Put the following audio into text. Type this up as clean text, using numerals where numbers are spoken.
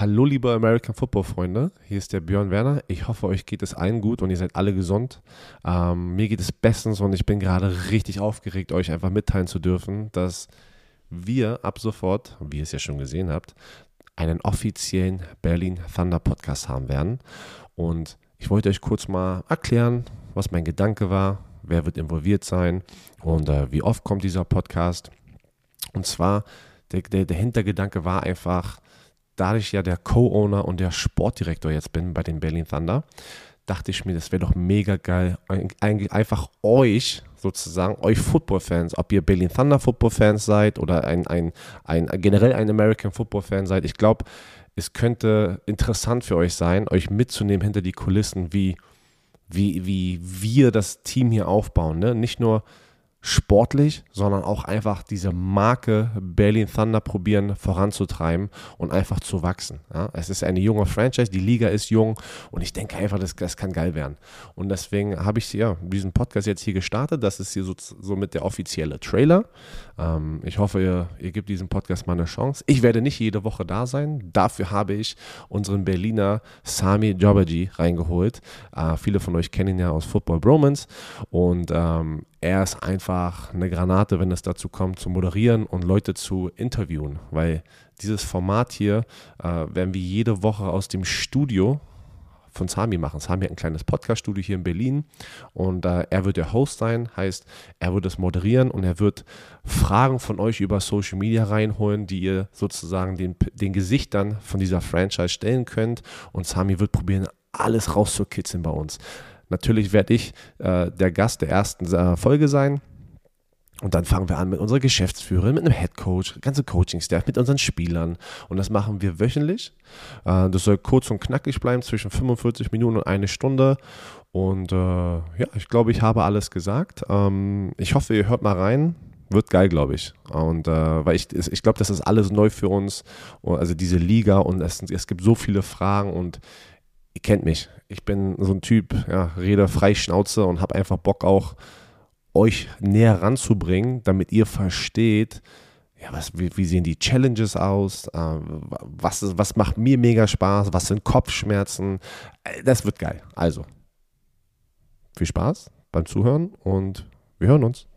Hallo liebe American Football Freunde, hier ist der Björn Werner. Ich hoffe, euch geht es allen gut und ihr seid alle gesund. Mir geht es bestens und ich bin gerade richtig aufgeregt, euch einfach mitteilen zu dürfen, dass wir ab sofort, wie ihr es ja schon gesehen habt, einen offiziellen Berlin Thunder Podcast haben werden. Und ich wollte euch kurz mal erklären, was mein Gedanke war, wer wird involviert sein und wie oft kommt dieser Podcast. Und zwar, der Hintergedanke war einfach, da ich ja der Co-Owner und der Sportdirektor jetzt bin bei den Berlin Thunder, dachte ich mir, das wäre doch mega geil, einfach euch sozusagen, euch Football-Fans, ob ihr Berlin Thunder Football-Fans seid oder generell ein American Football-Fan seid. Ich glaube, es könnte interessant für euch sein, euch mitzunehmen hinter die Kulissen, wie wir das Team hier aufbauen. Ne? Nicht nur sportlich, sondern auch einfach diese Marke Berlin Thunder probieren voranzutreiben und einfach zu wachsen. Ja? Es ist eine junge Franchise, die Liga ist jung und ich denke einfach, das kann geil werden. Und deswegen habe ich diesen Podcast jetzt hier gestartet. Das ist hier so mit der offizielle Trailer. Ich hoffe, ihr gebt diesem Podcast mal eine Chance. Ich werde nicht jede Woche da sein. Dafür habe ich unseren Berliner Sami Jobaji reingeholt. Viele von euch kennen ihn ja aus Football Bromance und er ist einfach eine Granate, wenn es dazu kommt, zu moderieren und Leute zu interviewen, weil dieses Format hier werden wir jede Woche aus dem Studio von Sami machen. Sami hat ein kleines Podcast-Studio hier in Berlin und er wird der Host sein, heißt, er wird es moderieren und er wird Fragen von euch über Social Media reinholen, die ihr sozusagen den Gesichtern von dieser Franchise stellen könnt und Sami wird probieren, alles rauszukitzeln bei uns. Natürlich werde ich der Gast der ersten Folge sein. Und dann fangen wir an mit unserer Geschäftsführerin, mit einem Headcoach, ganze Coaching-Staff, mit unseren Spielern. Und das machen wir wöchentlich. Das soll kurz und knackig bleiben, zwischen 45 Minuten und eine Stunde. Und ich glaube, ich habe alles gesagt. Ich hoffe, ihr hört mal rein. Wird geil, glaube ich. Und weil ich glaube, das ist alles neu für uns. Also diese Liga und es gibt so viele Fragen und ihr kennt mich. Ich bin so ein Typ, rede frei Schnauze und habe einfach Bock auch, euch näher ranzubringen, damit ihr versteht, wie sehen die Challenges aus, was macht mir mega Spaß, was sind Kopfschmerzen. Das wird geil. Also, viel Spaß beim Zuhören und wir hören uns.